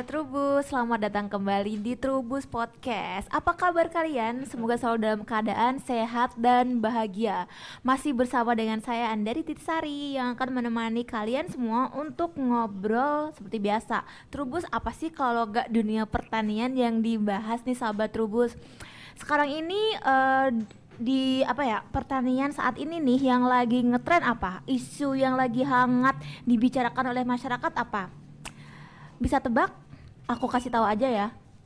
Sobat Trubus, selamat datang kembali di Trubus Podcast. Apa kabar kalian? Semoga selalu dalam keadaan sehat dan bahagia. Masih bersama dengan saya Andari Titisari yang akan menemani kalian semua untuk ngobrol seperti biasa. Trubus, apa sih kalau gak dunia pertanian yang dibahas nih Sobat Trubus? Sekarang ini di pertanian saat ini nih yang lagi ngetren apa? Isu yang lagi hangat dibicarakan oleh masyarakat apa? Bisa tebak? Aku kasih tahu aja ya.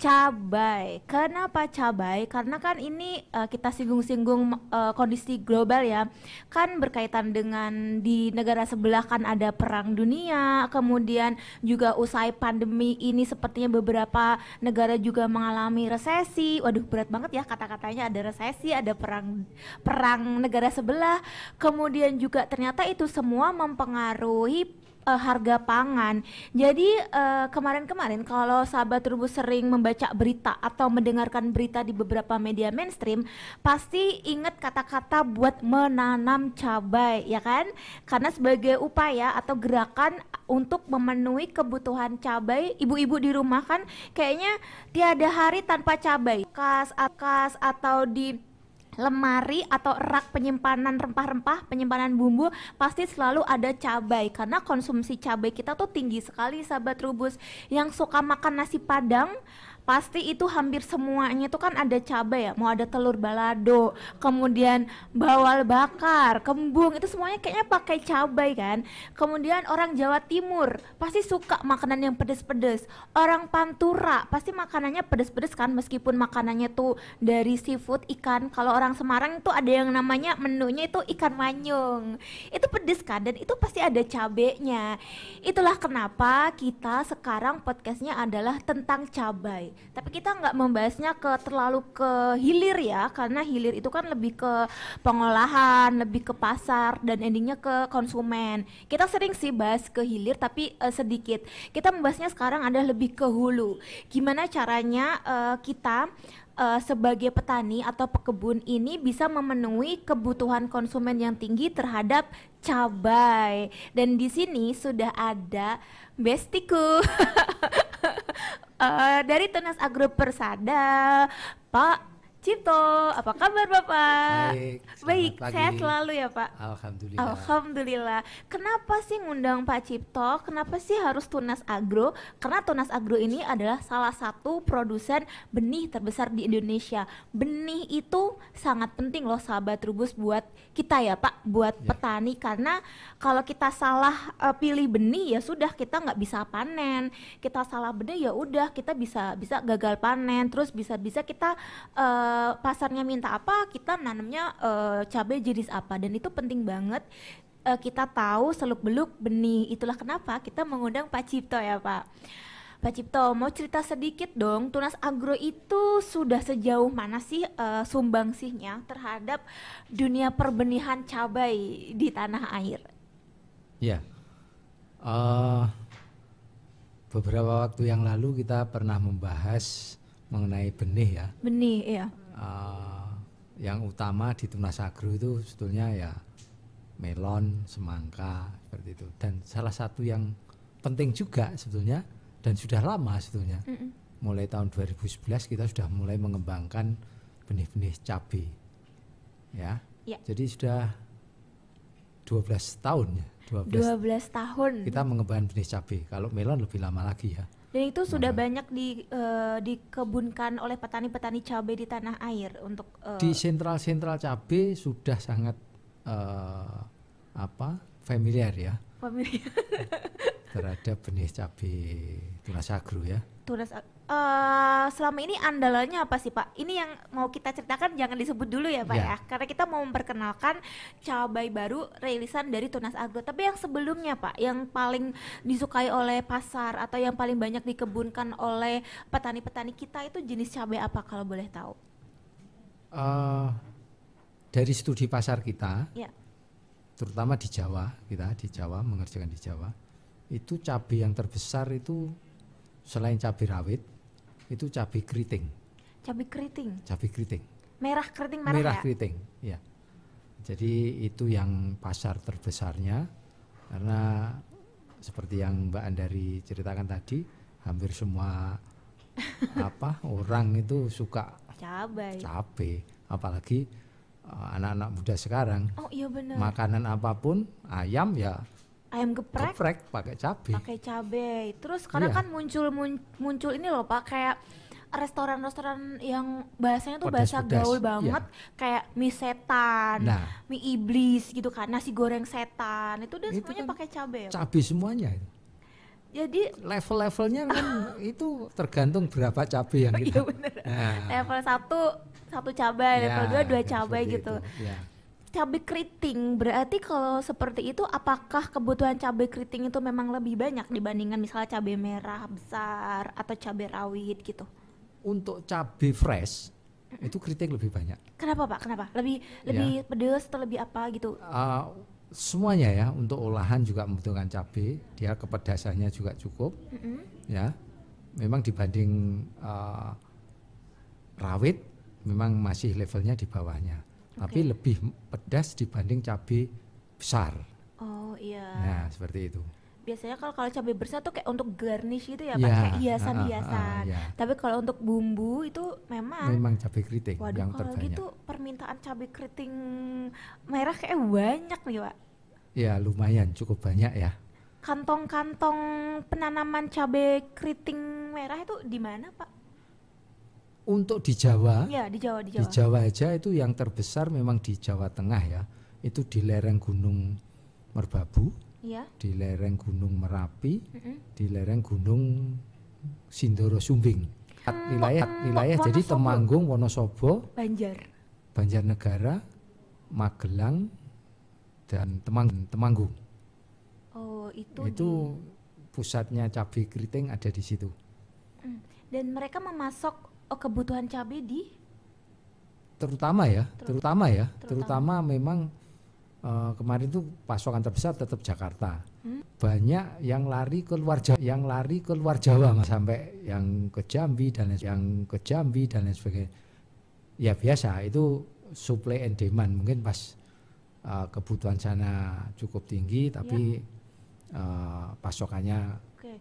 Cabai. Kenapa cabai? Karena kan ini kita singgung-singgung kondisi global ya. Kan berkaitan dengan di negara sebelah kan ada perang dunia, kemudian juga usai pandemi ini sepertinya beberapa negara juga mengalami resesi. Waduh, berat banget ya kata-katanya, ada resesi, ada perang negara sebelah. Kemudian juga ternyata itu semua mempengaruhi harga pangan. Jadi kemarin-kemarin kalau sahabat Trubus sering membaca berita atau mendengarkan berita di beberapa media mainstream, pasti ingat kata-kata buat menanam cabai, ya kan? Karena sebagai upaya atau gerakan untuk memenuhi kebutuhan cabai, ibu-ibu di rumah kan kayaknya tiada hari tanpa cabai. Kas atau di lemari atau rak penyimpanan rempah-rempah, penyimpanan bumbu pasti selalu ada cabai karena konsumsi cabai kita tuh tinggi sekali sahabat Trubus. Yang suka makan nasi Padang pasti itu hampir semuanya tuh kan ada cabai ya, mau ada telur balado, kemudian bawal bakar, kembung, itu semuanya kayaknya pakai cabai kan. Kemudian orang Jawa Timur pasti suka makanan yang pedes-pedes, orang Pantura pasti makanannya pedes-pedes kan, meskipun makanannya tuh dari seafood ikan. Kalau orang Semarang itu ada yang namanya menunya itu ikan manyung, itu pedes kan, dan itu pasti ada cabenya. Itulah kenapa kita sekarang podcastnya adalah tentang cabai. Tapi kita nggak membahasnya terlalu ke hilir ya, karena hilir itu kan lebih ke pengolahan, lebih ke pasar, dan endingnya ke konsumen. Kita sering sih bahas ke hilir, tapi sedikit. Kita membahasnya sekarang adalah lebih ke hulu. Gimana caranya kita sebagai petani atau pekebun ini bisa memenuhi kebutuhan konsumen yang tinggi terhadap cabai. Dan di sini sudah ada bestiku dari Tunas Agro Persada, Pak Cipto. Apa kabar Bapak? Baik, sehat selalu ya Pak. Alhamdulillah. Alhamdulillah. Kenapa sih ngundang Pak Cipto? Kenapa sih harus Tunas Agro? Karena Tunas Agro ini adalah salah satu produsen benih terbesar di Indonesia. Benih itu sangat penting loh sahabat Trubus buat kita ya Pak, buat petani. Karena kalau kita salah pilih benih ya sudah, kita nggak bisa panen. Kita salah benih ya udah, kita bisa gagal panen. Terus bisa kita pasarnya minta apa, kita nanamnya cabai jenis apa, dan itu penting banget kita tahu seluk-beluk benih. Itulah kenapa kita mengundang Pak Cipto ya Pak. Pak Cipto, mau cerita sedikit dong, Tunas Agro itu sudah sejauh mana sih sumbangsihnya terhadap dunia perbenihan cabai di tanah air? Ya, beberapa waktu yang lalu kita pernah membahas mengenai benih ya. Benih, iya. Yang utama di Tunas Agro itu sebetulnya ya melon, semangka, seperti itu. Dan salah satu yang penting juga sebetulnya, dan sudah lama sebetulnya, mulai tahun 2011 kita sudah mulai mengembangkan benih-benih cabai ya. Jadi sudah 12 tahun ya, 12 tahun kita mengembangkan benih cabai. Kalau melon lebih lama lagi ya. Dan itu sudah banyak dikebunkan oleh petani-petani cabai di tanah air untuk di sentral cabai sudah sangat familiar ya. Familiar. Terhadap benih cabai Tunas Agro ya. Selama ini andalannya apa sih Pak? Ini yang mau kita ceritakan jangan disebut dulu ya Pak ya, karena kita mau memperkenalkan cabai baru rilisan dari Tunas Agro. Tapi yang sebelumnya Pak, yang paling disukai oleh pasar atau yang paling banyak dikebunkan oleh petani-petani kita itu jenis cabai apa kalau boleh tahu? Dari studi pasar kita, terutama di Jawa, mengerjakan di Jawa, itu cabai yang terbesar itu selain cabai rawit itu cabai keriting. Cabai keriting. Merah keriting merah ya? Keriting, ya. Jadi itu yang pasar terbesarnya, karena seperti yang Mbak Andari ceritakan tadi, hampir semua orang itu suka Cabai. cabai, apalagi anak-anak muda sekarang. Oh iya benar. Makanan apapun, ayam ya Ayam geprek geprek pakai cabai. pakai cabai. Terus kadang Iya. kan muncul ini loh Pak, kayak restoran-restoran yang bahasanya tuh bahasa Pedas-pedas, gaul banget, kayak mie setan, Nah, mie iblis gitu kan, nasi goreng setan. Itu dia Itu semuanya kan pakai cabai ya, Pak? cabai semuanya itu. Jadi Level-levelnya kan itu tergantung berapa cabai yang iya kita. bener. Nah, Level 1 cabai, level 2 2 yang cabai seperti gitu. itu, ya. Cabai keriting, berarti kalau seperti itu apakah kebutuhan cabai keriting itu memang lebih banyak dibandingkan misalnya cabai merah besar atau cabai rawit gitu? Untuk cabai fresh itu keriting lebih banyak. Kenapa Pak? Kenapa? Lebih pedes atau lebih apa gitu? Semuanya ya, untuk olahan juga membutuhkan cabai, dia kepedasannya juga cukup, ya. Memang dibanding rawit, memang masih levelnya di bawahnya, tapi lebih pedas dibanding cabai besar. Oh iya. Nah, seperti itu. Biasanya kalau cabai besar tuh kayak untuk garnish gitu ya Pak, Ya, kayak hiasan-hiasan. ya. Tapi kalau untuk bumbu itu Memang cabai keriting waduh, yang kalau terbanyak. gitu permintaan cabai keriting merah kayak banyak nih Pak. Ya, lumayan cukup banyak ya. Kantong-kantong penanaman cabai keriting merah itu di mana Pak? Untuk di Jawa, Ya di Jawa, di Jawa aja itu yang terbesar memang di Jawa Tengah ya. Itu di lereng Gunung Merbabu, Iya. di lereng Gunung Merapi, di lereng Gunung Sindoro Sumbing. Wilayah jadi Wonosobo. Temanggung, Wonosobo, Banjar. Banjarnegara, Magelang, dan Temanggung. Oh itu. Itu pusatnya cabai keriting ada di situ. Dan mereka memasok kebutuhan cabai di Terutama memang kemarin itu pasokan terbesar tetap Jakarta. Banyak yang lari ke luar Jawa, Mas, sampai yang ke Jambi dan lain sebagainya. Ya biasa, itu supply and demand, mungkin pas kebutuhan sana cukup tinggi tapi pasokannya Oke.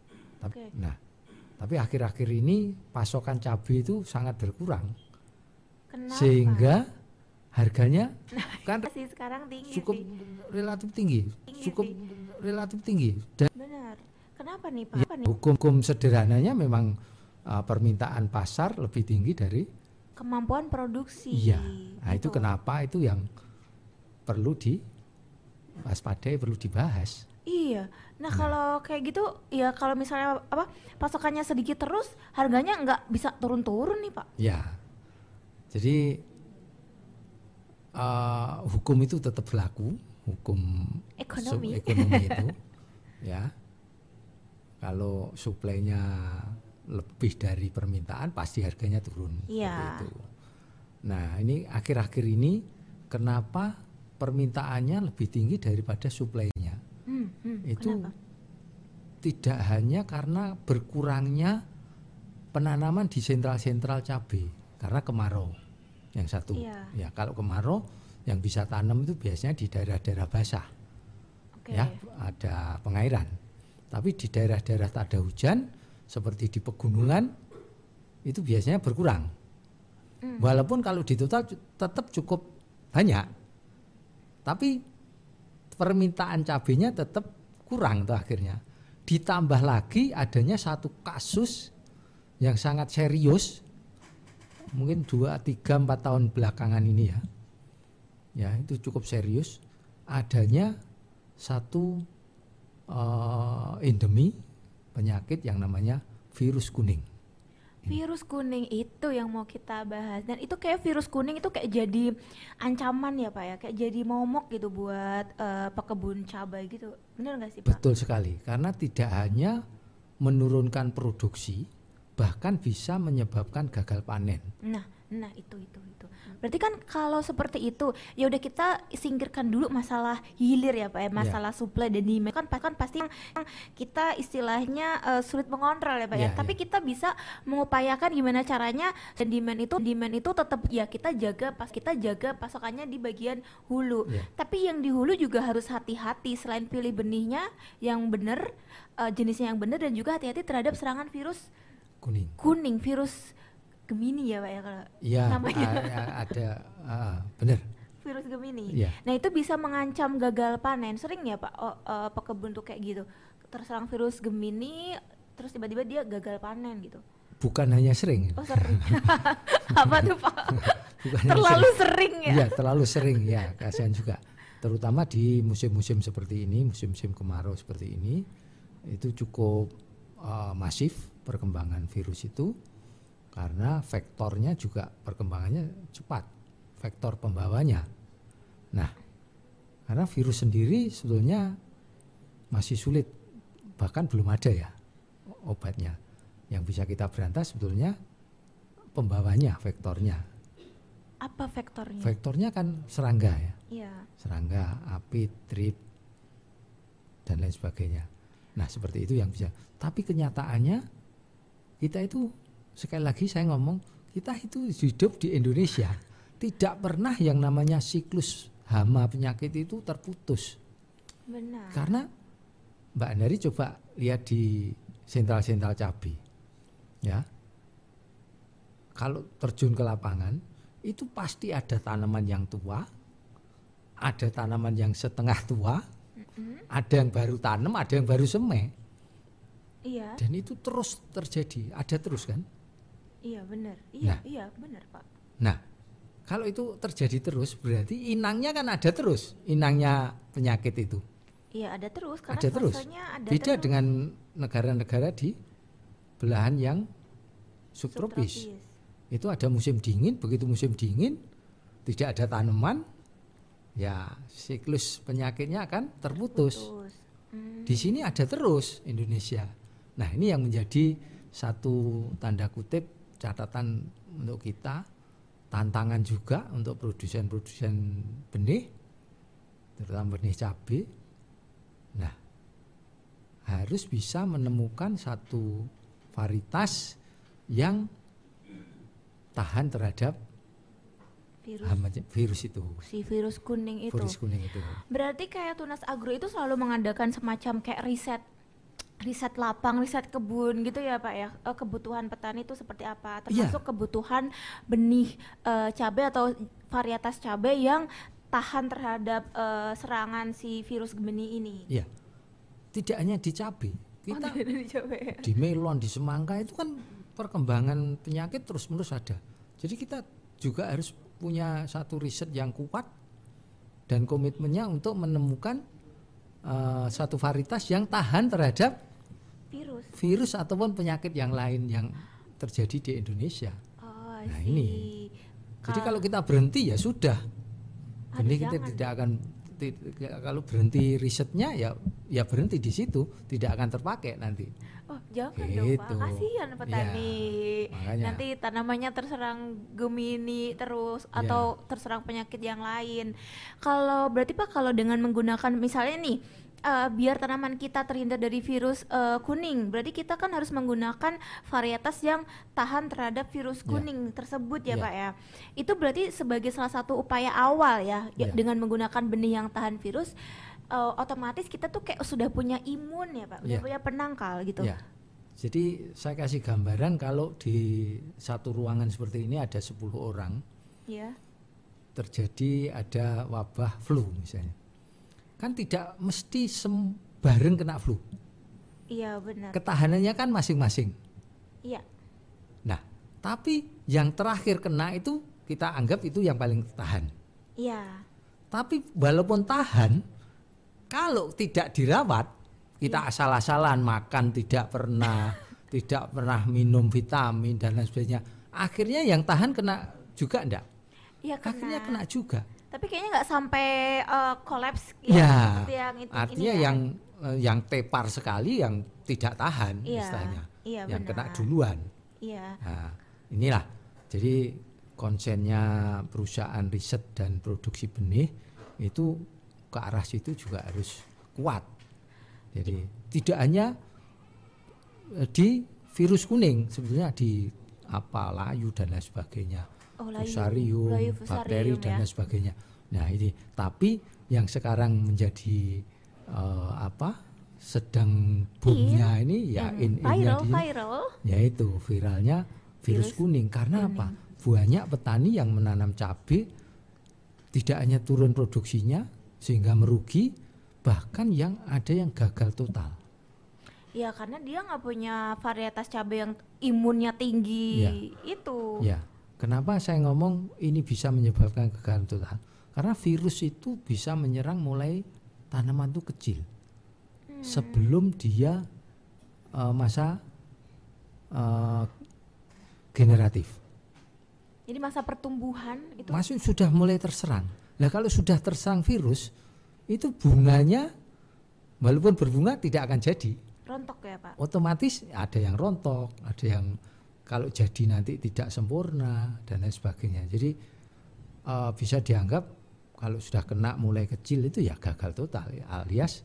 Tapi akhir-akhir ini pasokan cabai itu sangat berkurang. Kenapa? Sehingga harganya kan sih sekarang tinggi cukup sih. relatif tinggi, dan Benar. Kenapa nih Pak? ya, hukum sederhananya memang permintaan pasar lebih tinggi dari Kemampuan produksi. iya. Nah, itu Gitu. kenapa itu yang perlu diwaspadai, perlu dibahas. Iya. Nah kalau kayak gitu ya, kalau misalnya pasokannya sedikit terus, harganya nggak bisa turun-turun nih Pak. Ya. Jadi hukum itu tetap berlaku, hukum Ekonomi. ekonomi itu, ya. Kalau suplainya lebih dari permintaan, pasti harganya turun. Iya. Seperti itu. Nah, ini akhir-akhir ini kenapa permintaannya lebih tinggi daripada suplainya? Itu Kenapa? tidak hanya karena berkurangnya penanaman di sentral-sentral cabai karena kemarau. Yang satu, Iya. ya kalau kemarau yang bisa tanam itu biasanya di daerah-daerah basah, Oke. ya ada pengairan. Tapi di daerah-daerah tak ada hujan seperti di pegunungan itu biasanya berkurang. Walaupun kalau di total tetap cukup banyak, tapi permintaan cabainya tetap kurang tuh akhirnya. Ditambah lagi adanya satu kasus yang sangat serius, mungkin 2, 3, 4 tahun belakangan ini ya. Ya, itu cukup serius. Adanya satu endemi penyakit yang namanya virus kuning. Virus kuning itu yang mau kita bahas, dan itu kayak virus kuning itu kayak jadi ancaman ya Pak ya, kayak jadi momok gitu buat pekebun cabai gitu, bener nggak sih Pak? Betul sekali, karena tidak hanya menurunkan produksi, bahkan bisa menyebabkan gagal panen. Nah Nah, itu. Berarti kan kalau seperti itu, ya udah kita singkirkan dulu masalah hilir ya Pak ya, masalah supply dan demand kan pasti kita istilahnya sulit mengontrol ya Pak ya. Tapi kita bisa mengupayakan gimana caranya dan demand itu tetap ya kita jaga pasokannya di bagian hulu. Tapi yang di hulu juga harus hati-hati selain pilih benihnya yang benar, jenisnya yang benar, dan juga hati-hati terhadap serangan virus kuning, virus Gemini ya Pak ya kalau namanya. Ada benar. Virus Gemini. Nah, itu bisa mengancam gagal panen. Sering ya Pak pekebun tuh kayak gitu. Terserang virus Gemini terus tiba-tiba dia gagal panen gitu. Bukan hanya sering. Oh, sering. Apa tuh Pak? Terlalu sering ya? Iya, terlalu sering ya, kasihan juga. Terutama di musim-musim seperti ini, musim-musim kemarau seperti ini, itu cukup masif perkembangan virus itu. Karena vektornya juga perkembangannya cepat, vektor pembawanya. Nah, karena virus sendiri sebetulnya masih sulit, bahkan belum ada ya obatnya. Yang bisa kita berantas sebetulnya pembawanya, vektornya. Apa vektornya? Vektornya kan serangga ya. Iya. Serangga, api, trip, dan lain sebagainya. Nah, seperti itu yang bisa. Tapi kenyataannya kita itu, sekali lagi saya ngomong, kita itu hidup di Indonesia tidak pernah yang namanya siklus hama penyakit itu terputus. Benar. Karena Mbak Andari coba lihat di sentral-sentral cabai, ya, kalau terjun ke lapangan itu pasti ada tanaman yang tua, ada tanaman yang setengah tua, ada yang baru tanam, ada yang baru semai. Iya. Dan itu terus terjadi, ada terus kan? Iya benar, iya benar Pak. Nah, kalau itu terjadi terus berarti inangnya kan ada terus, inangnya penyakit itu. Iya ada terus, karena ada terus. Beda terus. dengan negara-negara di belahan yang subtropis. Itu ada musim dingin, begitu musim dingin tidak ada tanaman, ya siklus penyakitnya akan terputus. Di sini ada terus Indonesia. Nah, ini yang menjadi satu tanda kutip catatan untuk kita, tantangan juga untuk produsen-produsen benih, terutama benih cabai. Nah, harus bisa menemukan satu varietas yang tahan terhadap virus itu. Si virus kuning itu. Virus kuning itu. Berarti kayak Tunas Agro itu selalu mengadakan semacam kayak riset lapang, riset kebun gitu ya Pak ya. Kebutuhan petani itu seperti apa, termasuk kebutuhan benih cabai atau varietas cabai yang tahan terhadap serangan si virus Gemini ini. Iya. Tidak hanya di cabai. Kita di melon, di semangka itu kan perkembangan penyakit terus-menerus ada. Jadi kita juga harus punya satu riset yang kuat dan komitmennya untuk menemukan satu varietas yang tahan terhadap virus ataupun penyakit yang lain yang terjadi di Indonesia. Nah ini, jadi kalau kita berhenti ya sudah, ini kita tidak akan, kalau berhenti risetnya ya berhenti di situ, tidak akan terpakai nanti. Oh jangan dong Pak, kasihan petani. Ya, nanti tanamannya terserang Gemini terus atau terserang penyakit yang lain. Kalau berarti Pak, kalau dengan menggunakan misalnya nih biar tanaman kita terhindar dari virus kuning, berarti kita kan harus menggunakan varietas yang tahan terhadap virus kuning tersebut ya Pak ya. Itu berarti sebagai salah satu upaya awal ya, dengan menggunakan benih yang tahan virus. Otomatis kita tuh kayak sudah punya imun ya Pak, udah punya penangkal gitu. Jadi saya kasih gambaran, kalau di satu ruangan seperti ini ada 10 orang, terjadi ada wabah flu misalnya, kan tidak mesti bareng kena flu. Iya benar. Ketahanannya kan masing-masing. Iya. Nah, tapi yang terakhir kena itu kita anggap itu yang paling tahan. Iya. Tapi walaupun tahan, kalau tidak dirawat, kita asal-asalan makan, tidak pernah minum vitamin dan lain sebagainya. Akhirnya yang tahan kena juga enggak? Iya kena. Akhirnya kena juga. Tapi kayaknya nggak sampai kolaps ya, seperti yang itu. Artinya ini yang tepar sekali, yang tidak tahan istilahnya, yang kena duluan. Iya. Nah, inilah. Jadi konsennya perusahaan riset dan produksi benih itu ke arah situ juga harus kuat. Jadi tidak hanya di virus kuning, sebetulnya di layu dan lain sebagainya, fusarium, bakteri dan lain sebagainya. Nah ini, tapi yang sekarang menjadi sedang boomnya ini ya viral, yaitu viralnya virus kuning. Karena apa? Banyak petani yang menanam cabai tidak hanya turun produksinya sehingga merugi, bahkan yang ada yang gagal total. Ya karena dia nggak punya varietas cabai yang imunnya tinggi itu. Ya, kenapa saya ngomong ini bisa menyebabkan kegagalan total? Karena virus itu bisa menyerang mulai tanaman itu kecil, sebelum dia masa generatif. Jadi masa pertumbuhan itu masih sudah mulai terserang. Nah kalau sudah terserang virus, itu bunganya walaupun berbunga tidak akan jadi. Rontok ya Pak? Otomatis ada yang rontok, ada yang kalau jadi nanti tidak sempurna dan lain sebagainya. Jadi bisa dianggap kalau sudah kena mulai kecil itu ya gagal total, alias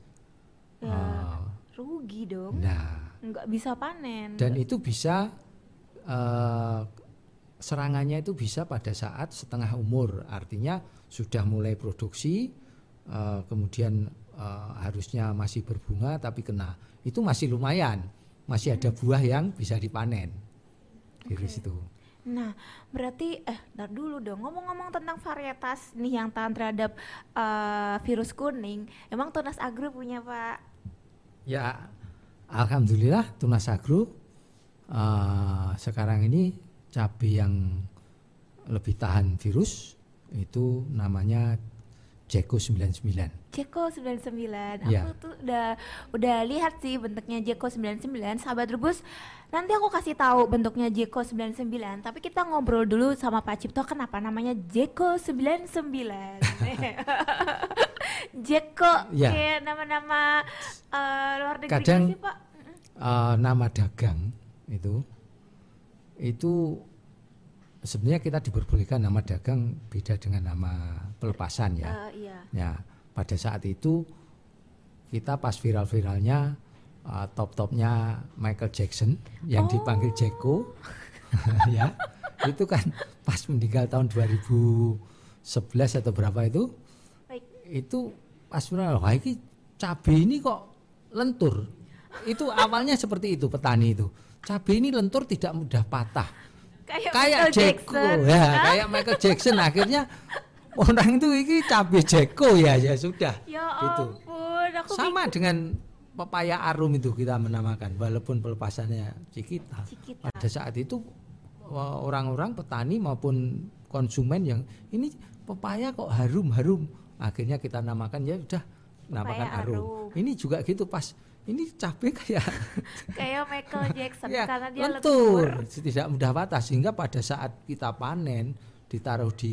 rugi dong. Nah, nggak bisa panen. Dan itu bisa serangannya itu bisa pada saat setengah umur, artinya sudah mulai produksi, kemudian harusnya masih berbunga tapi kena. Itu masih lumayan, masih ada buah yang bisa dipanen virus itu. Nah, berarti ntar dulu dong, ngomong-ngomong tentang varietas nih yang tahan terhadap virus kuning, emang Tunas Agro punya Pak? Ya, alhamdulillah Tunas Agro sekarang ini cabai yang lebih tahan virus itu namanya Jeko 99. Jeko 99. Ya. Aku tuh udah lihat sih bentuknya Jeko 99. Sahabat Rebus, nanti aku kasih tahu bentuknya Jeko 99. Tapi kita ngobrol dulu sama Pak Cipto kenapa namanya Jeko 99. Jeko kayak nama-nama luar negeri kadang sih Pak. Nama dagang itu sebenarnya kita diperbolehkan nama dagang beda dengan nama pelepasan ya. Iya. Ya, pada saat itu kita pas viral-viralnya top-topnya Michael Jackson yang dipanggil Jeko ya. Itu kan pas meninggal tahun 2011 atau berapa itu. Baik. Itu pas viral, wah ini cabai ini kok lentur. Itu awalnya seperti itu petani itu. Cabai ini lentur tidak mudah patah. Kayak Jeko ya, kayak Michael Jackson. Akhirnya orang itu ini cabai Jeko ya sudah. Ya gitu. Ampun, aku sama dengan pepaya arum itu kita menamakan, walaupun pelepasannya Cikita. Pada saat itu orang-orang petani maupun konsumen yang ini pepaya kok harum, akhirnya kita namakan ya udah namakan arum. Ini juga gitu pas. Ini cabai kayak Michael Jackson ya, karena dia lentur, tidak mudah patah, sehingga pada saat kita panen ditaruh di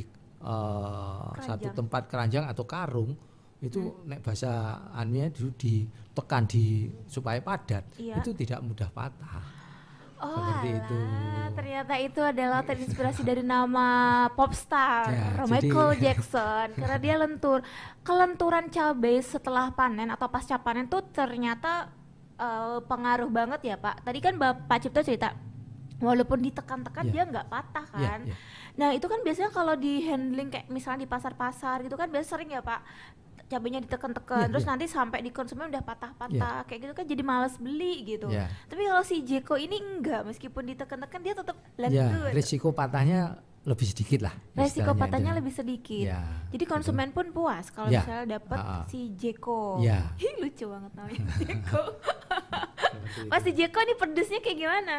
satu tempat keranjang atau karung itu nek bahasa anunya ditekan supaya padat, itu tidak mudah patah. Seperti itu. Ternyata itu adalah terinspirasi dari nama popstar Michael Jackson karena dia lentur. Kelenturan cabai setelah panen atau pasca panen tuh ternyata pengaruh banget ya Pak. Tadi kan Bapak Cipto cerita walaupun ditekan-tekan dia nggak patah kan. Nah itu kan biasanya kalau di handling kayak misalnya di pasar-pasar gitu kan biasa sering ya Pak, cabainya ditekan-tekan terus nanti sampai di konsumen udah patah-patah kayak gitu kan jadi malas beli gitu. Tapi kalau si Jeko ini enggak, meskipun ditekan-tekan dia tetap lentur. Risiko patahnya lebih sedikit lah. Resiko patahnya lebih sedikit. Jadi konsumen pun puas kalau misalnya dapat si Jeko. Lucu banget namanya Jeko. Pas si Jeko ini pedesnya kayak gimana?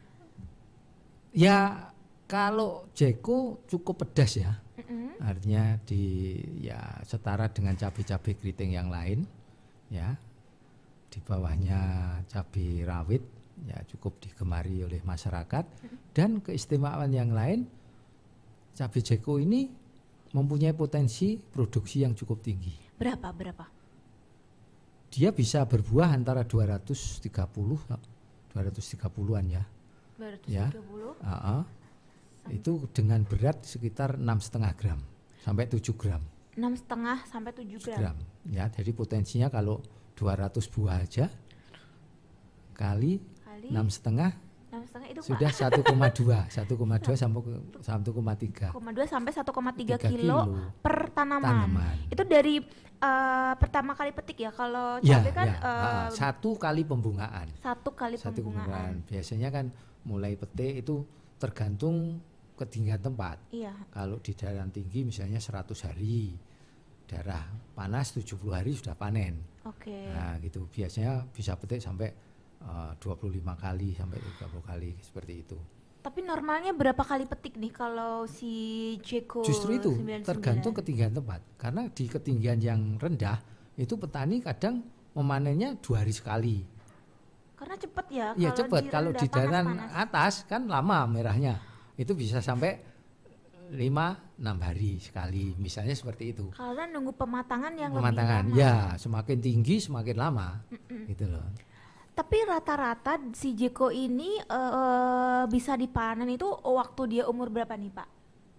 Ya kalau Jeko cukup pedas ya. Artinya setara dengan cabai-cabai keriting yang lain ya. Di bawahnya cabai rawit ya cukup digemari oleh masyarakat. Dan keistimewaan yang lain, cabai Jeko ini mempunyai potensi produksi yang cukup tinggi. Berapa? Dia bisa berbuah antara 230-an ya. 230? Itu dengan berat sekitar 6,5 gram sampai 7 gram. 6,5 sampai 7 gram. Ya, jadi potensinya kalau 200 buah aja kali 6,5 itu sudah 1,2 sampai 1,3 sampai 1,3 kilo per tanaman. Itu dari pertama kali petik ya. Kalau cabai kan satu kali pembungaan. Satu kali pembungaan. Biasanya kan mulai petik itu tergantung ketinggian tempat. Iya. Kalau di daerah tinggi misalnya 100 hari, daerah panas 70 hari sudah panen. Oke. Nah, gitu. Biasanya bisa petik sampai 25 kali sampai 30 kali seperti itu. Tapi normalnya berapa kali petik nih kalau si Jeko? Justru itu 99? tergantung ketinggian tempat. Karena di ketinggian yang rendah itu petani kadang memanennya 2 hari sekali. Karena cepat ya. Iya cepat. Kalau di daerah atas kan lama merahnya. Itu bisa sampai 5-6 hari sekali. Misalnya seperti itu. Karena nunggu pematangan yang pematangan, lebih lama. Ya, semakin tinggi semakin lama. Gitu loh. Tapi rata-rata si Jeko ini bisa dipanen itu waktu dia umur berapa nih Pak?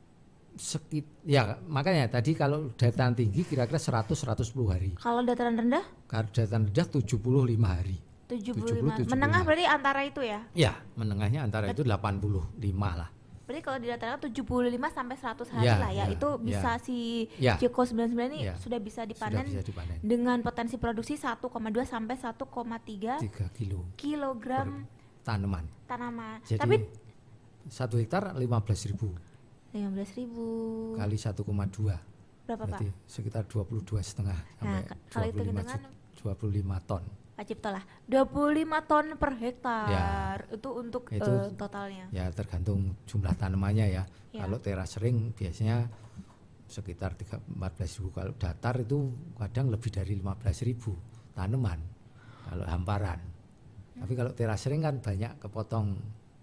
Ya makanya tadi kalau dataran tinggi kira-kira 100-110 hari. Kalau dataran rendah? Kalau dataran rendah 75 hari. 75. Menengah berarti antara itu ya? Ya, menengahnya antara itu 85 lah. Berarti kalau di dataran 75 sampai 100 hari lah ya. Itu bisa si Jeko 99 ini sudah bisa dipanen dengan potensi produksi 1,2 sampai 1,3 kilogram tanaman. Jadi tapi 1 hektar 15.000. 15.000 kali 1,2 berapa berarti Pak? Sekitar 22,5 sampai kalau 25 ton. Pak Cipto lah 25 ton per hektar itu untuk totalnya. Ya tergantung jumlah tanamannya ya. Kalau teras ring biasanya sekitar 14.000. Kalau datar itu kadang lebih dari 15.000 tanaman kalau hamparan. Tapi kalau teras ring kan banyak kepotong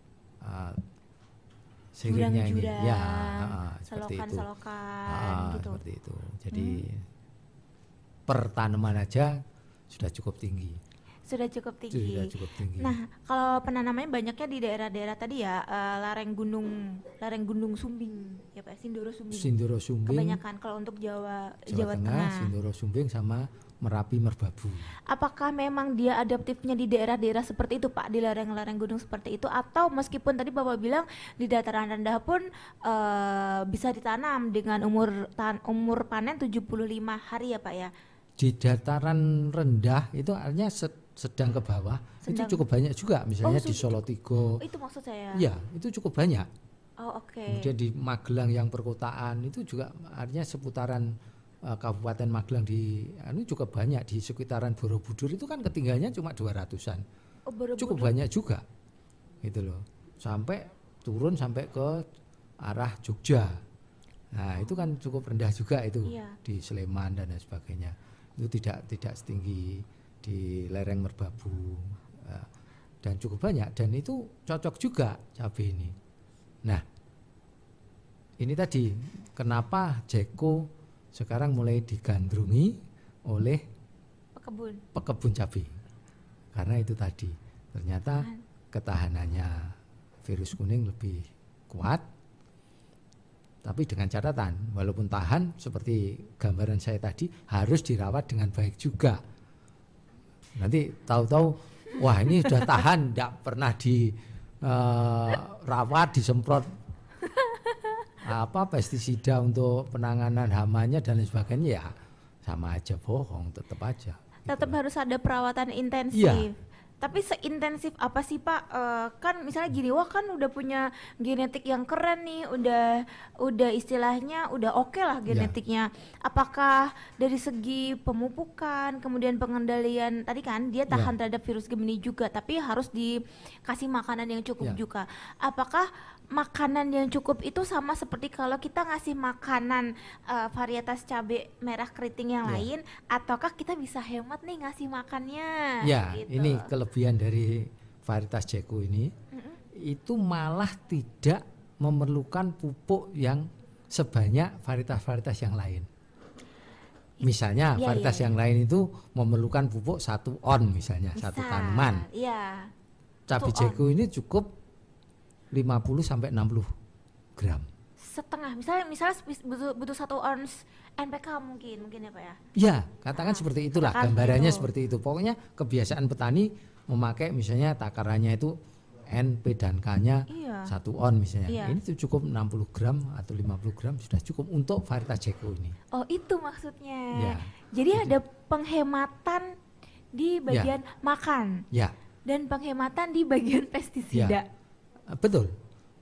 seiringnya ini ya seperti itu gitu. Seperti itu. Jadi per tanaman aja sudah cukup tinggi. Sudah cukup tinggi. Nah, kalau penanamannya banyaknya di daerah-daerah tadi ya, lereng gunung Sumbing, ya Pak, Sindoro Sumbing. Kebanyakan kalau untuk Jawa Tengah, Sindoro Sumbing sama Merapi Merbabu. Apakah memang dia adaptifnya di daerah-daerah seperti itu Pak, di lereng-lereng gunung seperti itu, atau meskipun tadi Bapak bilang di dataran rendah pun bisa ditanam dengan umur panen 75 hari ya Pak ya? Di dataran rendah itu artinya sedang ke bawah itu cukup banyak juga, misalnya di Solotigo. Itu maksud saya. Iya, itu cukup banyak. Oke. Kemudian di Magelang yang perkotaan itu juga artinya seputaran Kabupaten Magelang ini cukup banyak. Di sekitaran Borobudur itu kan ketinggiannya cuma 200-an. Cukup banyak juga. Gitu loh. Sampai turun sampai ke arah Jogja. Nah, itu kan cukup rendah juga itu. Di Sleman dan lain sebagainya. Itu tidak setinggi di lereng Merbabu dan cukup banyak, dan itu cocok juga cabai ini. Nah, ini tadi kenapa Jeko sekarang mulai digandrungi oleh pekebun cabai, karena itu tadi ternyata ketahanannya virus kuning lebih kuat. Tapi dengan catatan, walaupun tahan seperti gambaran saya tadi, harus dirawat dengan baik juga. Nanti tahu-tahu, wah ini sudah tahan, tidak pernah dirawat, disemprot pestisida untuk penanganan hamanya dan lain sebagainya, ya sama aja bohong, tetap aja. Tetap gitu. Harus ada perawatan intensif. Ya. Tapi seintensif apa sih Pak? Kan misalnya gini, wah kan udah punya genetik yang keren nih, udah istilahnya udah oke lah genetiknya. Apakah dari segi pemupukan, kemudian pengendalian tadi kan dia tahan terhadap virus Gemini juga, tapi harus dikasih makanan yang cukup juga. Apakah makanan yang cukup itu sama seperti kalau kita ngasih makanan varietas cabai merah keriting yang lain, ataukah kita bisa hemat nih ngasih makannya? Ya, gitu. Ini kelebihan dari varietas Jeko ini, itu malah tidak memerlukan pupuk yang sebanyak varietas-varietas yang lain. Misalnya varietas yang lain itu memerlukan pupuk 1 on misalnya, satu tanaman. Cabai Jeko ini cukup 50 sampai 60 gram. Setengah, misalnya butuh 1 ons NPK mungkin ya Pak ya. Ya, katakan seperti itulah, katakan gambarannya itu. seperti itu. Pokoknya kebiasaan petani memakai misalnya takarannya itu N, P dan K-nya Iya. 1 on misalnya. Iya. Ini tuh cukup 60 gram atau 50 gram sudah cukup untuk varietas Jeko ini. Oh itu maksudnya. Ya. Jadi ada penghematan di bagian makan Ya, dan penghematan di bagian pestisida. betul.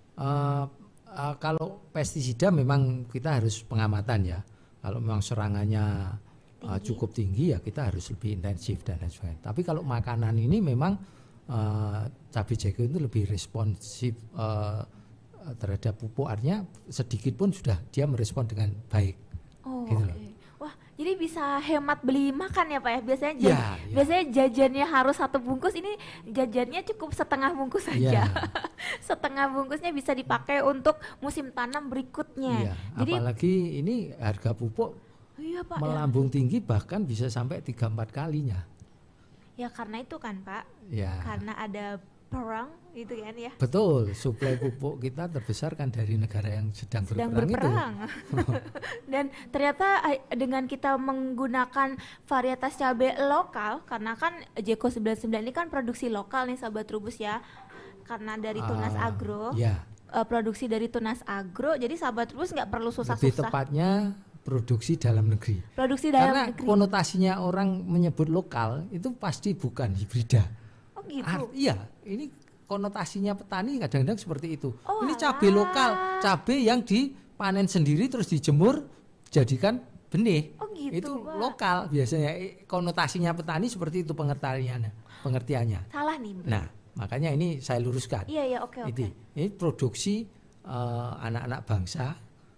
Kalau pestisida memang kita harus pengamatan ya. Kalau memang serangannya cukup tinggi ya kita harus lebih intensif dan lain sebagainya. Tapi kalau makanan ini memang cabai Jeko itu lebih responsif terhadap pupuk, artinya sedikit pun sudah dia merespon dengan baik. Oh, Gitu oke. loh. Wah, jadi bisa hemat beli makan ya Pak ya. Biasanya Ya. biasanya jajannya harus 1 bungkus, ini jajannya cukup setengah bungkus saja. Ya. Setengah bungkusnya bisa dipakai untuk musim tanam berikutnya. Iya, Jadi apalagi ini harga pupuk iya Pak ya. melambung tinggi bahkan bisa sampai 3-4 kalinya. Ya karena itu kan Pak, Ya. karena ada perang gitu kan ya. Betul, suplai pupuk kita terbesar kan dari negara yang sedang berperang itu. Dan ternyata dengan kita menggunakan varietas cabai lokal, karena kan Jeko 99 ini kan produksi lokal nih Sahabat Trubus ya, karena dari Tunas Agro, Ya, produksi dari Tunas Agro, jadi Sahabat Trubus nggak perlu lebih susah-susah tepatnya produksi dalam negeri. produksi dalam Karena negeri. konotasinya orang menyebut lokal itu pasti bukan hibrida. Oh gitu. Iya, ini konotasinya petani kadang-kadang seperti itu. Oh, Ini cabai alah. lokal, cabai yang dipanen sendiri terus dijemur jadikan benih. Oh gitu, Itu Pak. lokal biasanya. Konotasinya petani seperti itu pengertiannya. Salah nih. Nah, makanya ini saya luruskan. Iya oke. Ini produksi anak-anak bangsa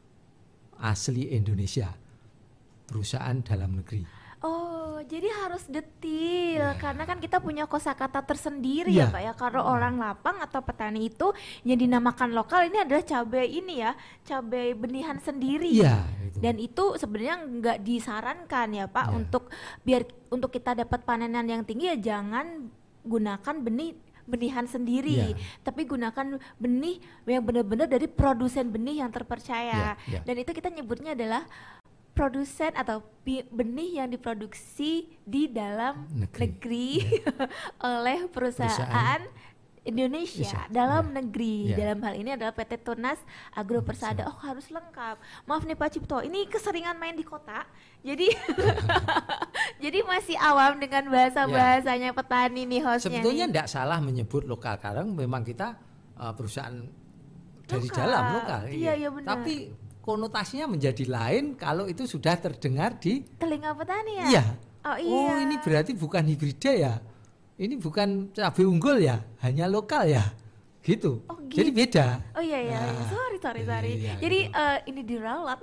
asli Indonesia, perusahaan dalam negeri. Oh, jadi harus detil karena kan kita punya kosakata tersendiri Ya. ya Pak ya. Kalau orang lapang atau petani itu yang dinamakan lokal ini adalah cabai ini ya, cabai benihan sendiri. Iya, itu. Dan itu sebenarnya nggak disarankan ya Pak Ya. untuk kita dapat panenan yang tinggi ya jangan gunakan benihan sendiri, Ya. tapi gunakan benih yang benar-benar dari produsen benih yang terpercaya. Ya. Dan itu kita nyebutnya adalah produsen atau benih yang diproduksi di dalam negeri oleh perusahaan Indonesia dalam negeri. Ya. Dalam hal ini adalah PT Tunas Agro Persada. Oh harus lengkap. Maaf nih Pak Cipto, ini keseringan main di kota, jadi jadi masih awam dengan bahasa-bahasanya petani nih hostnya. Sebetulnya nih. tidak salah menyebut lokal karena memang kita perusahaan dari Lokal. dalam lokal. Iya, benar. Tapi konotasinya menjadi lain kalau itu sudah terdengar di Telinga petani ya. Iya. Oh iya. Oh ini berarti bukan hibrida ya. Ini bukan cabai unggul ya, hanya lokal ya. Gitu. Oh, Jadi gitu. beda. Oh iya. Nah, Sorry. iya, Jadi gitu. ini diralat.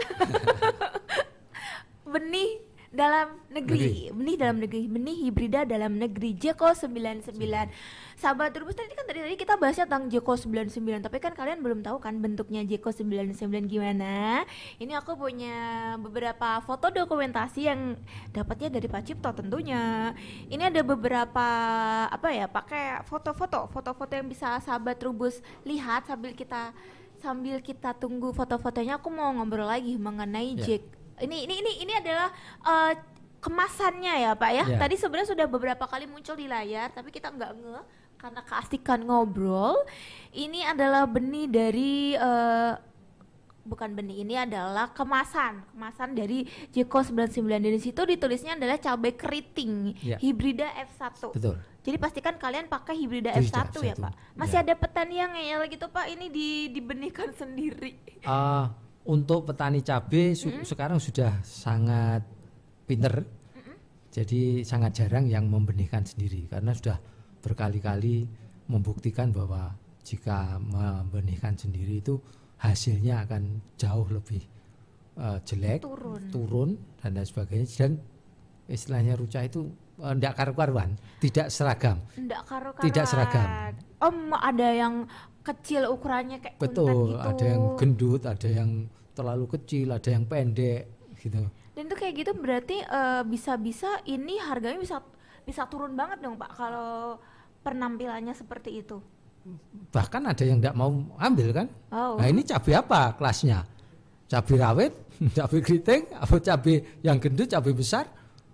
Benih dalam negeri, benih hibrida dalam negeri Jeko 99. Sahabat Trubus tadi kan tadi kita bahasnya tentang Jeko 99, tapi kan kalian belum tahu kan bentuknya Jeko 99 gimana. Ini aku punya beberapa foto dokumentasi yang dapatnya dari Pak Cipto tentunya. Ini ada beberapa pakai foto-foto yang bisa Sahabat Trubus lihat sambil kita tunggu foto-fotonya. Aku mau ngobrol lagi mengenai Jeko. Ini adalah kemasannya ya Pak ya. Ya. Tadi sebenarnya sudah beberapa kali muncul di layar, tapi kita nggak karena keasikan ngobrol. Ini adalah benih dari bukan benih, ini adalah kemasan dari Jeko 99. Di situ ditulisnya adalah cabai keriting hibrida F1. Betul. Jadi pastikan kalian pakai hibrida Hibrida F1 ya F1. Pak. Masih Ya. ada petani yang ngeyel gitu Pak, ini dibenihkan sendiri. Untuk petani cabai sekarang sudah sangat pinter, jadi sangat jarang yang membenihkan sendiri karena sudah berkali-kali membuktikan bahwa jika membenihkan sendiri itu hasilnya akan jauh lebih jelek, turun dan lain sebagainya, dan istilahnya ruca itu tidak karu-karuan, tidak seragam. Tidak seragam. Ada yang kecil ukurannya kayak Betul, kuntat gitu. ada yang gendut, ada yang terlalu kecil, ada yang pendek gitu. Dan itu kayak gitu berarti bisa-bisa ini harganya bisa turun banget dong Pak kalau penampilannya seperti itu. bahkan ada yang tidak mau ambil kan. Oh. Nah ini cabai apa kelasnya? Cabai rawit, cabai keriting, atau cabai yang gendut, cabai besar?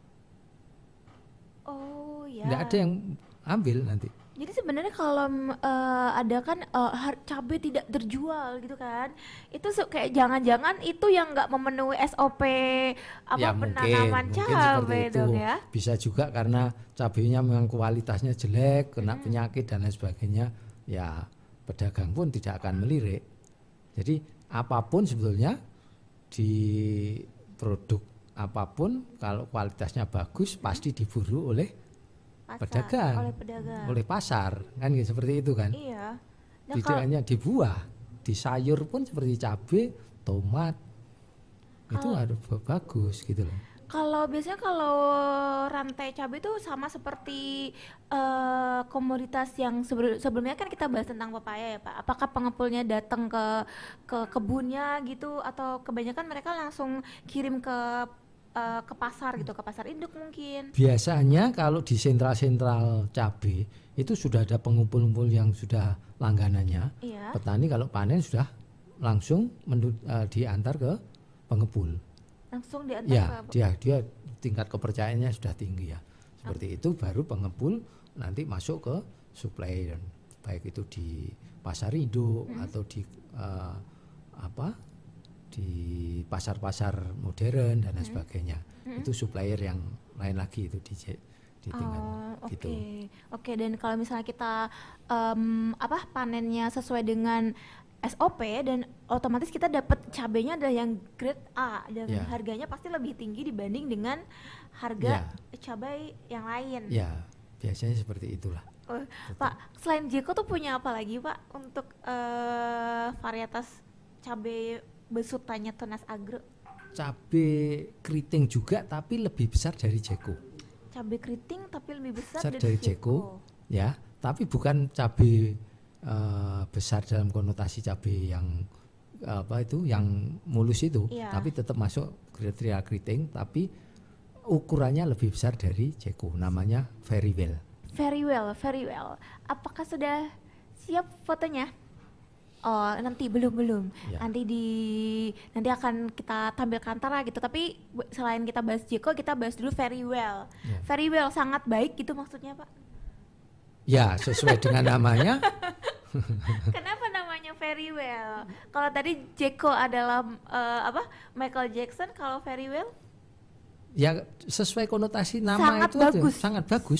Oh ya. Tidak ada yang ambil nanti. Jadi sebenarnya kalau ada kan cabai tidak terjual gitu kan, itu kayak jangan-jangan itu yang nggak memenuhi SOP apa Ya penanaman mungkin seperti cabai itu. dong ya. Bisa juga karena cabainya memang kualitasnya jelek, kena penyakit dan lain sebagainya. Ya pedagang pun tidak akan melirik. Jadi apapun sebetulnya di produk apapun kalau kualitasnya bagus pasti diburu oleh pedagang, Oleh pedagang. oleh pasar kan gitu, seperti itu kan. Iya. Nah, Tidak hanya di buah, di sayur pun seperti cabai, tomat itu harus bagus gitu loh. kalau biasanya kalau rantai cabai itu sama seperti komoditas yang sebelumnya kan kita bahas tentang pepaya ya Pak. Apakah pengepulnya datang ke kebunnya gitu atau kebanyakan mereka langsung kirim ke pasar gitu, ke pasar induk mungkin? Biasanya kalau di sentral-sentral cabai itu sudah ada pengumpul-pengumpul yang sudah langganannya. Iya. Petani kalau panen sudah langsung diantar ke pengepul. Langsung diantar Ya, ke dia tingkat kepercayaannya sudah tinggi ya. Seperti itu baru pengepul nanti masuk ke supplier, baik itu di pasar induk atau di di pasar-pasar modern dan lain sebagainya. Itu supplier yang lain lagi itu di tingkat gitu. Oke. Dan kalau misalnya kita panennya sesuai dengan SOP dan otomatis kita dapat cabenya adalah yang grade A dan harganya pasti lebih tinggi dibanding dengan harga cabai yang lain. Ya, biasanya seperti itulah. Pak, selain Jeko tuh punya apa lagi Pak untuk varietas cabai besutannya Tunas Agro? Cabai keriting juga tapi lebih besar dari Jeko. Cabai keriting tapi lebih besar dari Jeko, ya. Tapi bukan cabai besar dalam konotasi cabai yang yang mulus itu, tapi tetap masuk kriteria keriting, tapi ukurannya lebih besar dari Jeko, namanya Very Well. Very well. Apakah sudah siap fotonya? Oh, nanti belum. Ya. Nanti akan kita tampilkan antara gitu. Tapi selain kita bahas Jeko, kita bahas dulu Very Well. Ya. Very Well sangat baik gitu maksudnya, Pak? Ya, sesuai dengan namanya. Kenapa namanya Very Well? Kalau tadi Jeko adalah Michael Jackson, kalau Very Well? Ya, sesuai konotasi nama sangat itu bagus. Aja. Sangat bagus.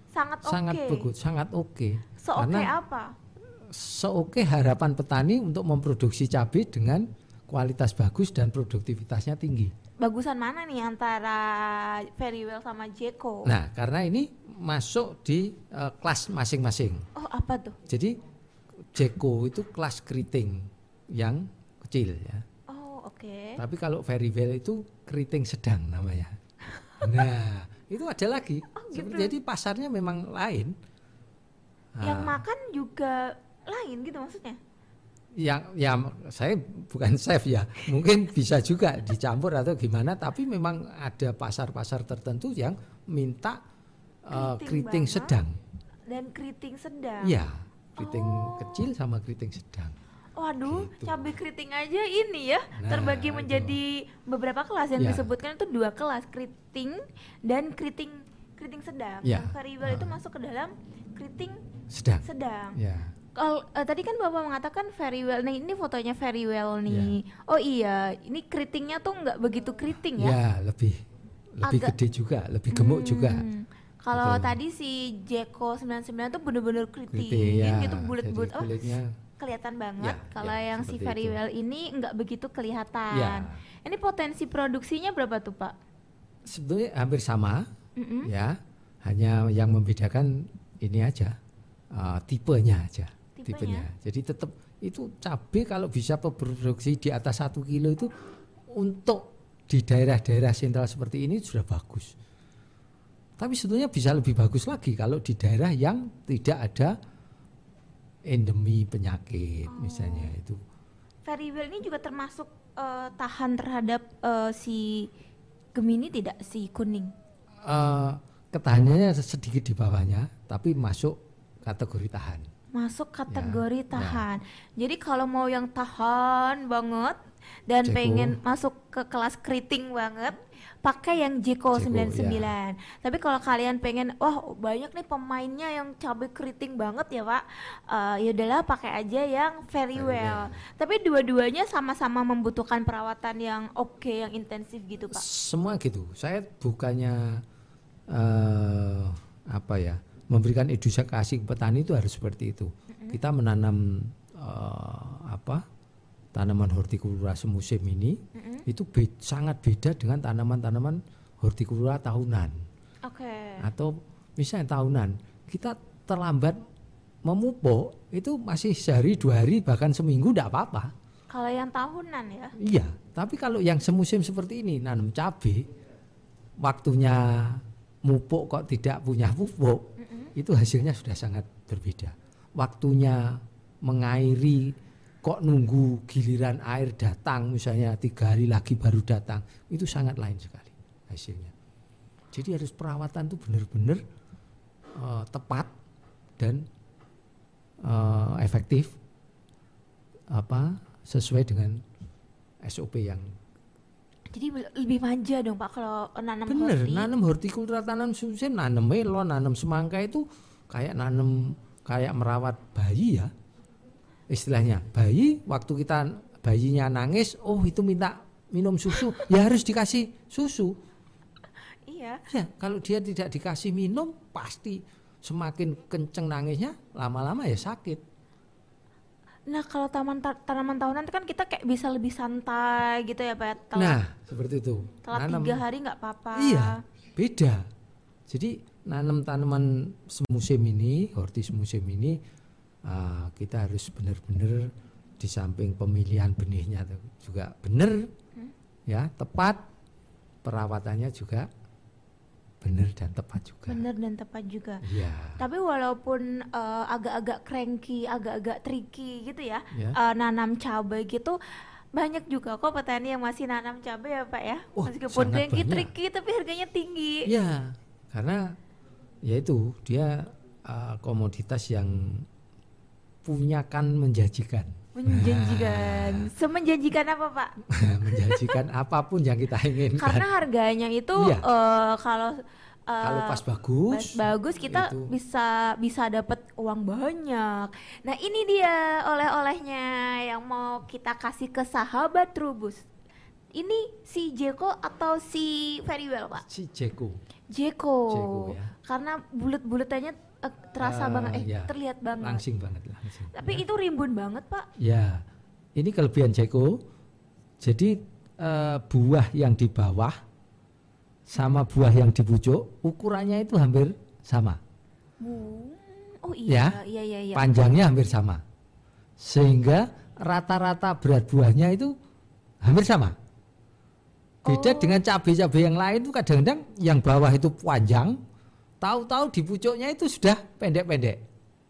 Sangat oke. Seoke apa? Seoke harapan petani untuk memproduksi cabai dengan kualitas bagus dan produktivitasnya tinggi. Bagusan mana nih antara Very Well sama Jeko? Nah, karena ini masuk di kelas masing-masing. Oh, apa tuh? Jadi Jeko itu kelas keriting yang kecil ya. Oh, oke. Tapi kalau Very Well itu keriting sedang namanya. Nah, itu ada lagi. Oh, gitu. Jadi pasarnya memang lain. Yang makan juga lain gitu maksudnya? Ya saya bukan chef ya, mungkin bisa juga dicampur atau gimana, tapi memang ada pasar-pasar tertentu yang minta keriting sedang. Dan keriting sedang? Ya, keriting kecil sama keriting sedang. Waduh, gitu. Cabai keriting aja ini ya terbagi menjadi beberapa kelas yang disebutkan itu 2 kelas, keriting dan keriting sedang. Ya. Yang Very Well itu masuk ke dalam keriting sedang. Ya. Kalau tadi kan Bapak mengatakan Very Well, nih ini fotonya Very Well nih. Ya. Oh iya, ini keritingnya tuh nggak begitu keriting ya? Ya, lebih gede juga, lebih gemuk juga. Kalau tadi si Jeko 99 tuh bener-bener keriting gitu, bulat-bulat. Oh, kelihatan banget. Kalau yang si Very Well ini nggak begitu kelihatan. Ya. Ini potensi produksinya berapa tuh Pak? Sebetulnya hampir sama, ya. Hanya yang membedakan ini aja, tipenya aja. Tipenya. Jadi tetap itu cabai kalau bisa produksi di atas 1 kilo itu untuk di daerah-daerah sentral seperti ini sudah bagus. Tapi sebetulnya bisa lebih bagus lagi kalau di daerah yang tidak ada endemi penyakit misalnya itu. Very Well ini juga termasuk tahan terhadap si Gemini tidak, si kuning? Ketahanannya sedikit di bawahnya, tapi masuk kategori tahan. Masuk kategori Ya, tahan. Jadi kalau mau yang tahan banget dan Jeko. pengen masuk ke kelas keriting banget, pakai yang Jeko Jeko, 99. Tapi kalau kalian pengen, wah banyak nih pemainnya yang cabai keriting banget ya Pak, ya udahlah pakai aja yang Very Well. Tapi dua-duanya sama-sama membutuhkan perawatan yang oke, yang intensif gitu Pak. Semua gitu. Saya bukannya apa ya, memberikan edukasi ke petani itu harus seperti itu. Kita menanam tanaman hortikultura semusim ini itu sangat beda dengan tanaman-tanaman hortikultura tahunan. Oke. Atau misalnya tahunan, kita terlambat memupuk itu masih sehari 2 hari bahkan seminggu tidak apa-apa. Kalau yang tahunan ya. Iya, tapi kalau yang semusim seperti ini nanam cabai, waktunya mupuk kok tidak punya pupuk, itu hasilnya sudah sangat berbeda. Waktunya mengairi kok nunggu giliran air datang, misalnya 3 hari lagi baru datang, itu sangat lain sekali hasilnya. Jadi harus perawatan itu benar-benar tepat dan efektif, sesuai dengan SOP yang. Jadi lebih manja dong Pak kalau nanam Bener, horti. nanam hortikultura tanam susun, nanam melon, nanam semangka itu kayak merawat bayi ya. Istilahnya, waktu bayinya nangis, oh itu minta minum susu, ya harus dikasih susu. Iya. Ya, kalau dia tidak dikasih minum, pasti semakin kenceng nangisnya, lama-lama ya sakit. Nah kalau tanaman tahunan kan kita kayak bisa lebih santai gitu ya Pak. Nah, seperti itu. Telat 3 hari nggak apa-apa. Iya, beda. Jadi nanam tanaman semusim ini, horti semusim ini, kita harus benar-benar di samping pemilihan benihnya juga benar, ya tepat, perawatannya juga benar dan tepat juga. Benar dan tepat juga. Iya. Tapi walaupun agak-agak cranky, agak-agak tricky gitu ya, Ya. nanam cabai gitu, banyak juga kok petani yang masih nanam cabai ya Pak ya. Oh, Meskipun sangat cranky, banyak. tricky tapi harganya tinggi. Iya, karena ya itu dia komoditas yang punyakan menjanjikan. Menjanjikan. Semenjanjikan apa Pak? Menjanjikan apapun yang kita inginkan. Karena harganya itu Iya. kalau Kalau pas bagus, kita itu. bisa dapat uang banyak. Nah ini dia oleh-olehnya yang mau kita kasih ke sahabat Trubus. Ini si Jeko atau si Very Well Pak? si Jeko. Jeko. Ya. Karena bulet-buletannya terasa banget, ya, terlihat banget. langsing banget. Tapi itu rimbun banget Pak. Ya, ini kelebihan Jeko. Jadi buah yang di bawah sama buah yang di pucuk ukurannya itu hampir sama. Oh iya, Ya, iya. panjangnya hampir sama. Sehingga rata-rata berat buahnya itu hampir sama. Beda dengan cabai-cabai yang lain itu kadang-kadang yang bawah itu panjang, tahu-tahu di pucuknya itu sudah pendek-pendek.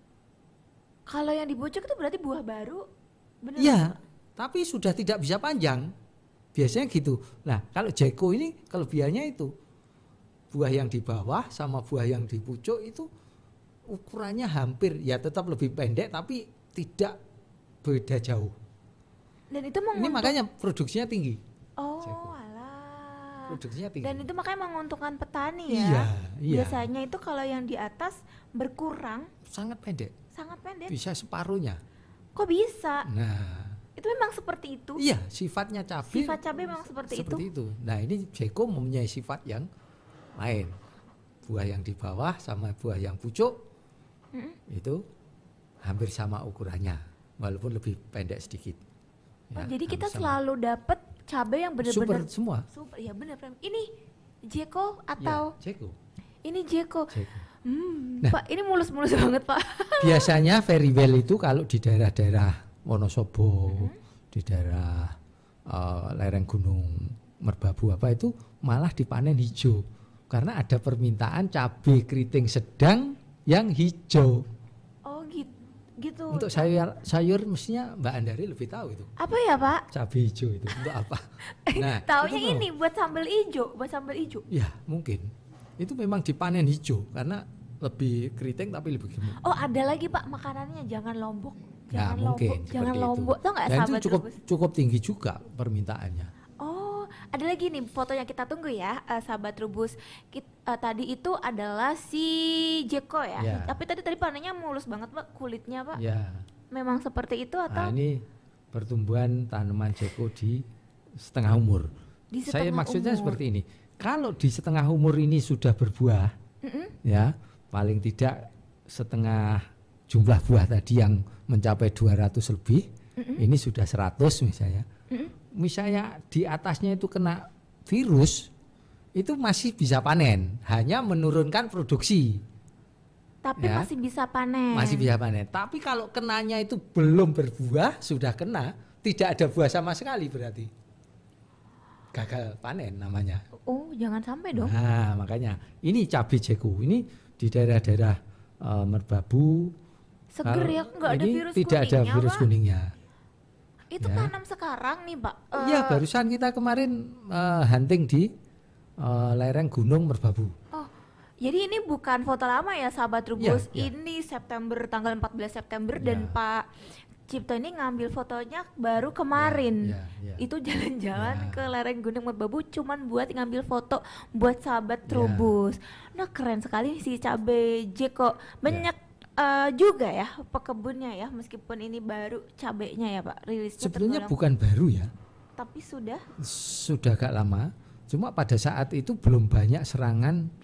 Kalau yang di pucuk itu berarti buah baru, benar? Iya, tapi sudah tidak bisa panjang. Biasanya gitu. Nah, kalau Jeko ini kelebihannya itu buah yang di bawah sama buah yang di pucuk itu ukurannya hampir, ya tetap lebih pendek tapi tidak beda jauh. Dan itu Ini makanya produksinya tinggi. Oh, Jeko. alah. Produksinya tinggi. Dan itu makanya menguntungkan petani Iya, ya. iya. Biasanya itu kalau yang di atas berkurang, Sangat pendek. sangat pendek. Bisa separuhnya. Kok bisa? Nah, Itu memang seperti itu. iya, sifatnya cabai. Sifat cabai memang seperti itu. Nah, ini Jeko mempunyai sifat yang lain. Buah yang di bawah sama buah yang pucuk itu hampir sama ukurannya, walaupun lebih pendek sedikit. Oh, Ya, jadi kita hampir sama. selalu dapat cabai yang super benar-benar semua. super. Ya benar. Ini Jeko Ya, atau Jeko. ini Jeko? Jeko. Nah, Pak, ini mulus-mulus banget, Pak. Biasanya Very Well itu kalau di daerah-daerah Wonosobo, di daerah lereng Gunung Merbabu apa itu malah dipanen hijau karena ada permintaan cabai keriting sedang yang hijau. Oh, gitu. Untuk sayur mestinya Mbak Andari lebih tahu itu. Apa ya, Pak? Cabai hijau itu untuk apa? Nah, Taunya itu ini buat sambal ijo, Ya, mungkin. Itu memang dipanen hijau karena lebih keriting tapi lebih gemuk. Oh, ada lagi Pak makanannya, jangan lombok. Ya, Jangan mungkin lombok, jangan seperti lombok. itu. Tahu nggak Dan itu sahabat Trubus? cukup tinggi juga permintaannya. Oh, ada lagi nih foto yang kita tunggu ya, sahabat Trubus. Tadi itu adalah si Jeko ya. Ya. Tapi tadi panennya mulus banget Pak kulitnya Pak. Ya. Memang seperti itu Nah, atau ini pertumbuhan tanaman Jeko di setengah umur. di Saya setengah maksudnya umur? seperti ini. Kalau di setengah umur ini sudah berbuah, ya paling tidak setengah jumlah buah tadi yang mencapai 200 lebih, ini sudah 100 misalnya. Misalnya di atasnya itu kena virus, itu masih bisa panen, hanya menurunkan produksi. Tapi Ya. masih bisa panen. Masih bisa panen. Tapi kalau kenanya itu belum berbuah, sudah kena, tidak ada buah sama sekali berarti gagal panen namanya. Oh, jangan sampai dong. Nah, makanya ini cabai Jeko ini di daerah-daerah Merbabu. Seger kalau ya, nggak ada ini virus tidak kuningnya, ada virus Pak. kuningnya. Itu Ya. tanam sekarang nih, Pak. Iya, barusan kita kemarin hunting di lereng Gunung Merbabu. Oh, jadi ini bukan foto lama ya, sahabat Trubus. Iya, iya. Ini September, tanggal 14 September dan Iya. Pak Cipto ini ngambil fotonya baru kemarin. Iya, iya. Itu jalan-jalan Iya. ke lereng Gunung Merbabu cuman buat ngambil foto buat sahabat Iya. Trubus. Nah, keren sekali si cabai Jeko. Banyak juga ya pekebunnya ya, meskipun ini baru cabainya ya Pak, rilisnya Sebenarnya tergolong, bukan baru ya, tapi sudah sudah agak lama. Cuma pada saat itu belum banyak serangan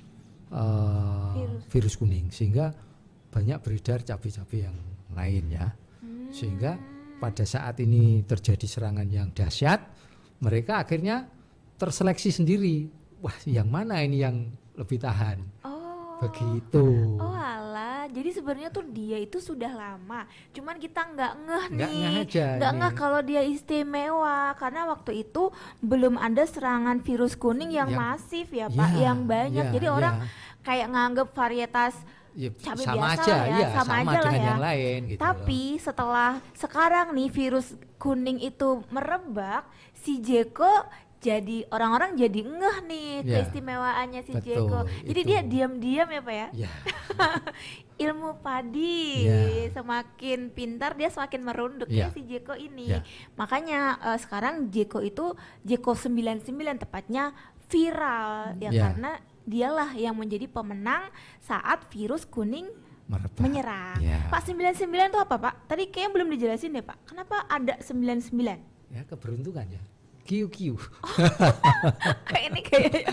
virus kuning, sehingga banyak beredar cabai-cabai yang lain ya. Sehingga pada saat ini terjadi serangan yang dahsyat, mereka akhirnya terseleksi sendiri. Wah, yang mana ini yang lebih tahan? Begitu. Oh alah, jadi sebenarnya tuh dia itu sudah lama, cuman kita nggak ngeh Nggak nih, ngeh aja nggak ini. ngeh kalau dia istimewa karena waktu itu belum ada serangan virus kuning yang masif ya Pak, Ya, yang banyak. ya, Jadi ya. orang kayak nganggep varietas Ya, cabai sama biasa aja, lah ya, ya, sama aja lah dengan ya. yang lain gitu. Tapi setelah sekarang nih virus kuning itu merebak, si Jeko jadi orang-orang jadi ngeh nih Ya, keistimewaannya si betul, Jeko. Jadi itu. dia diam-diam ya Pak ya. Ya, Ilmu padi Ya. semakin pintar dia semakin merunduk Ya. ya si Jeko ini. Ya. Makanya sekarang Jeko itu Jeko 99 tepatnya viral ya, Ya. karena dialah yang menjadi pemenang saat virus kuning merebak. menyerang. Ya. Pak 99 itu apa Pak? Tadi kayaknya belum dijelasin deh Pak. Kenapa ada 99? Ya, keberuntungan ya. Kiu-kiu. Kayak ini kayaknya.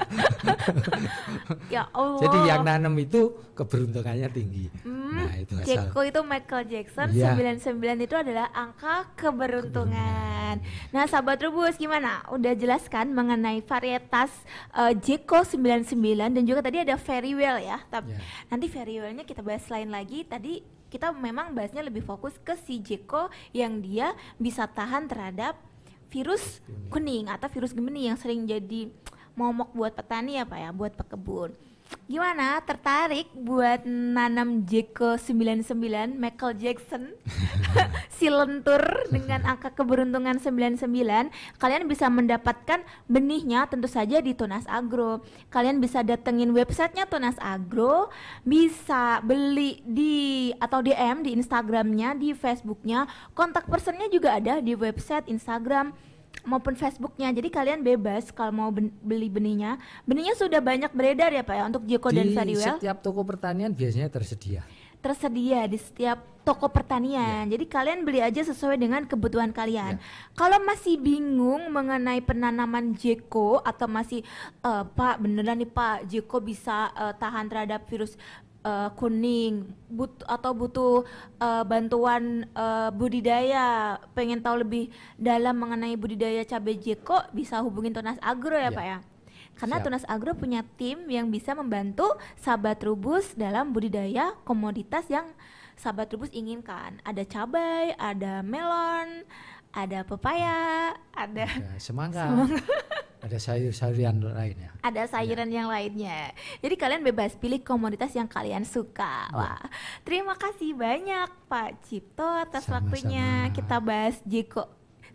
Ya Allah. Jadi yang nanam itu keberuntungannya tinggi. Nah, itu asal. Jeko itu Michael Jackson, Iya. 99 itu adalah angka keberuntungan. Nah, sahabat Trubus gimana? Udah jelaskan mengenai varietas Jeko 99 dan juga tadi ada Very Well ya. Tapi Ya. nanti Very Well-nya kita bahas lain lagi. Tadi kita memang bahasnya lebih fokus ke si Jeko yang dia bisa tahan terhadap virus kuning atau virus Gemini yang sering jadi momok buat petani ya Pak ya, buat pekebun. Gimana, tertarik buat nanam Jeko 99 Michael Jackson si lentur dengan angka keberuntungan 99? Kalian bisa mendapatkan benihnya tentu saja di Tunas Agro. Kalian bisa datengin websitenya Tunas Agro, bisa beli di atau DM di Instagramnya, di Facebooknya. Kontak personnya juga ada di website, Instagram maupun Facebooknya. Jadi kalian bebas kalau mau beli benihnya. Benihnya sudah banyak beredar ya Pak ya untuk Jeko dan Very Di Well. setiap toko pertanian biasanya tersedia. Tersedia di setiap toko pertanian. Jadi kalian beli aja sesuai dengan kebutuhan kalian. Ya. Kalau masih bingung mengenai penanaman Jeko atau masih Pak beneran nih Pak Jeko bisa tahan terhadap virus kuning atau butuh bantuan budidaya, pengen tahu lebih dalam mengenai budidaya cabai Jeko, bisa hubungin Tunas Agro ya Ya. Pak ya. Karena Siap. Tunas Agro punya tim yang bisa membantu sahabat Trubus dalam budidaya komoditas yang sahabat Trubus inginkan. Ada cabai, ada melon, ada pepaya, ada Ya, semangka. Ada sayur-sayuran lainnya. ada sayuran yang lainnya. Jadi kalian bebas pilih komoditas yang kalian suka. Wah, terima kasih banyak Pak Cipto atas Sama-sama. waktunya. Kita bahas Jeko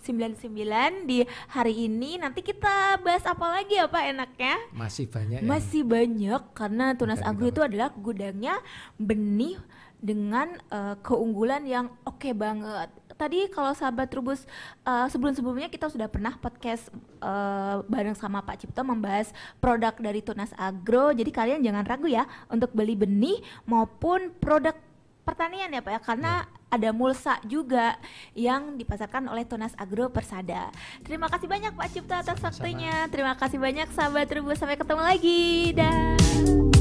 99 di hari ini. Nanti kita bahas apa lagi ya Pak enaknya? Masih banyak. Masih banyak karena Tunas Bukan Agro kita itu adalah gudangnya benih dengan keunggulan yang oke banget. Tadi kalau sahabat Trubus sebelum-sebelumnya kita sudah pernah podcast bareng sama Pak Cipto membahas produk dari Tunas Agro. Jadi kalian jangan ragu ya untuk beli benih maupun produk pertanian ya Pak ya, karena ada mulsa juga yang dipasarkan oleh Tunas Agro Persada. Terima kasih banyak Pak Cipto atas waktunya. Terima kasih banyak sahabat Trubus, sampai ketemu lagi. Dah.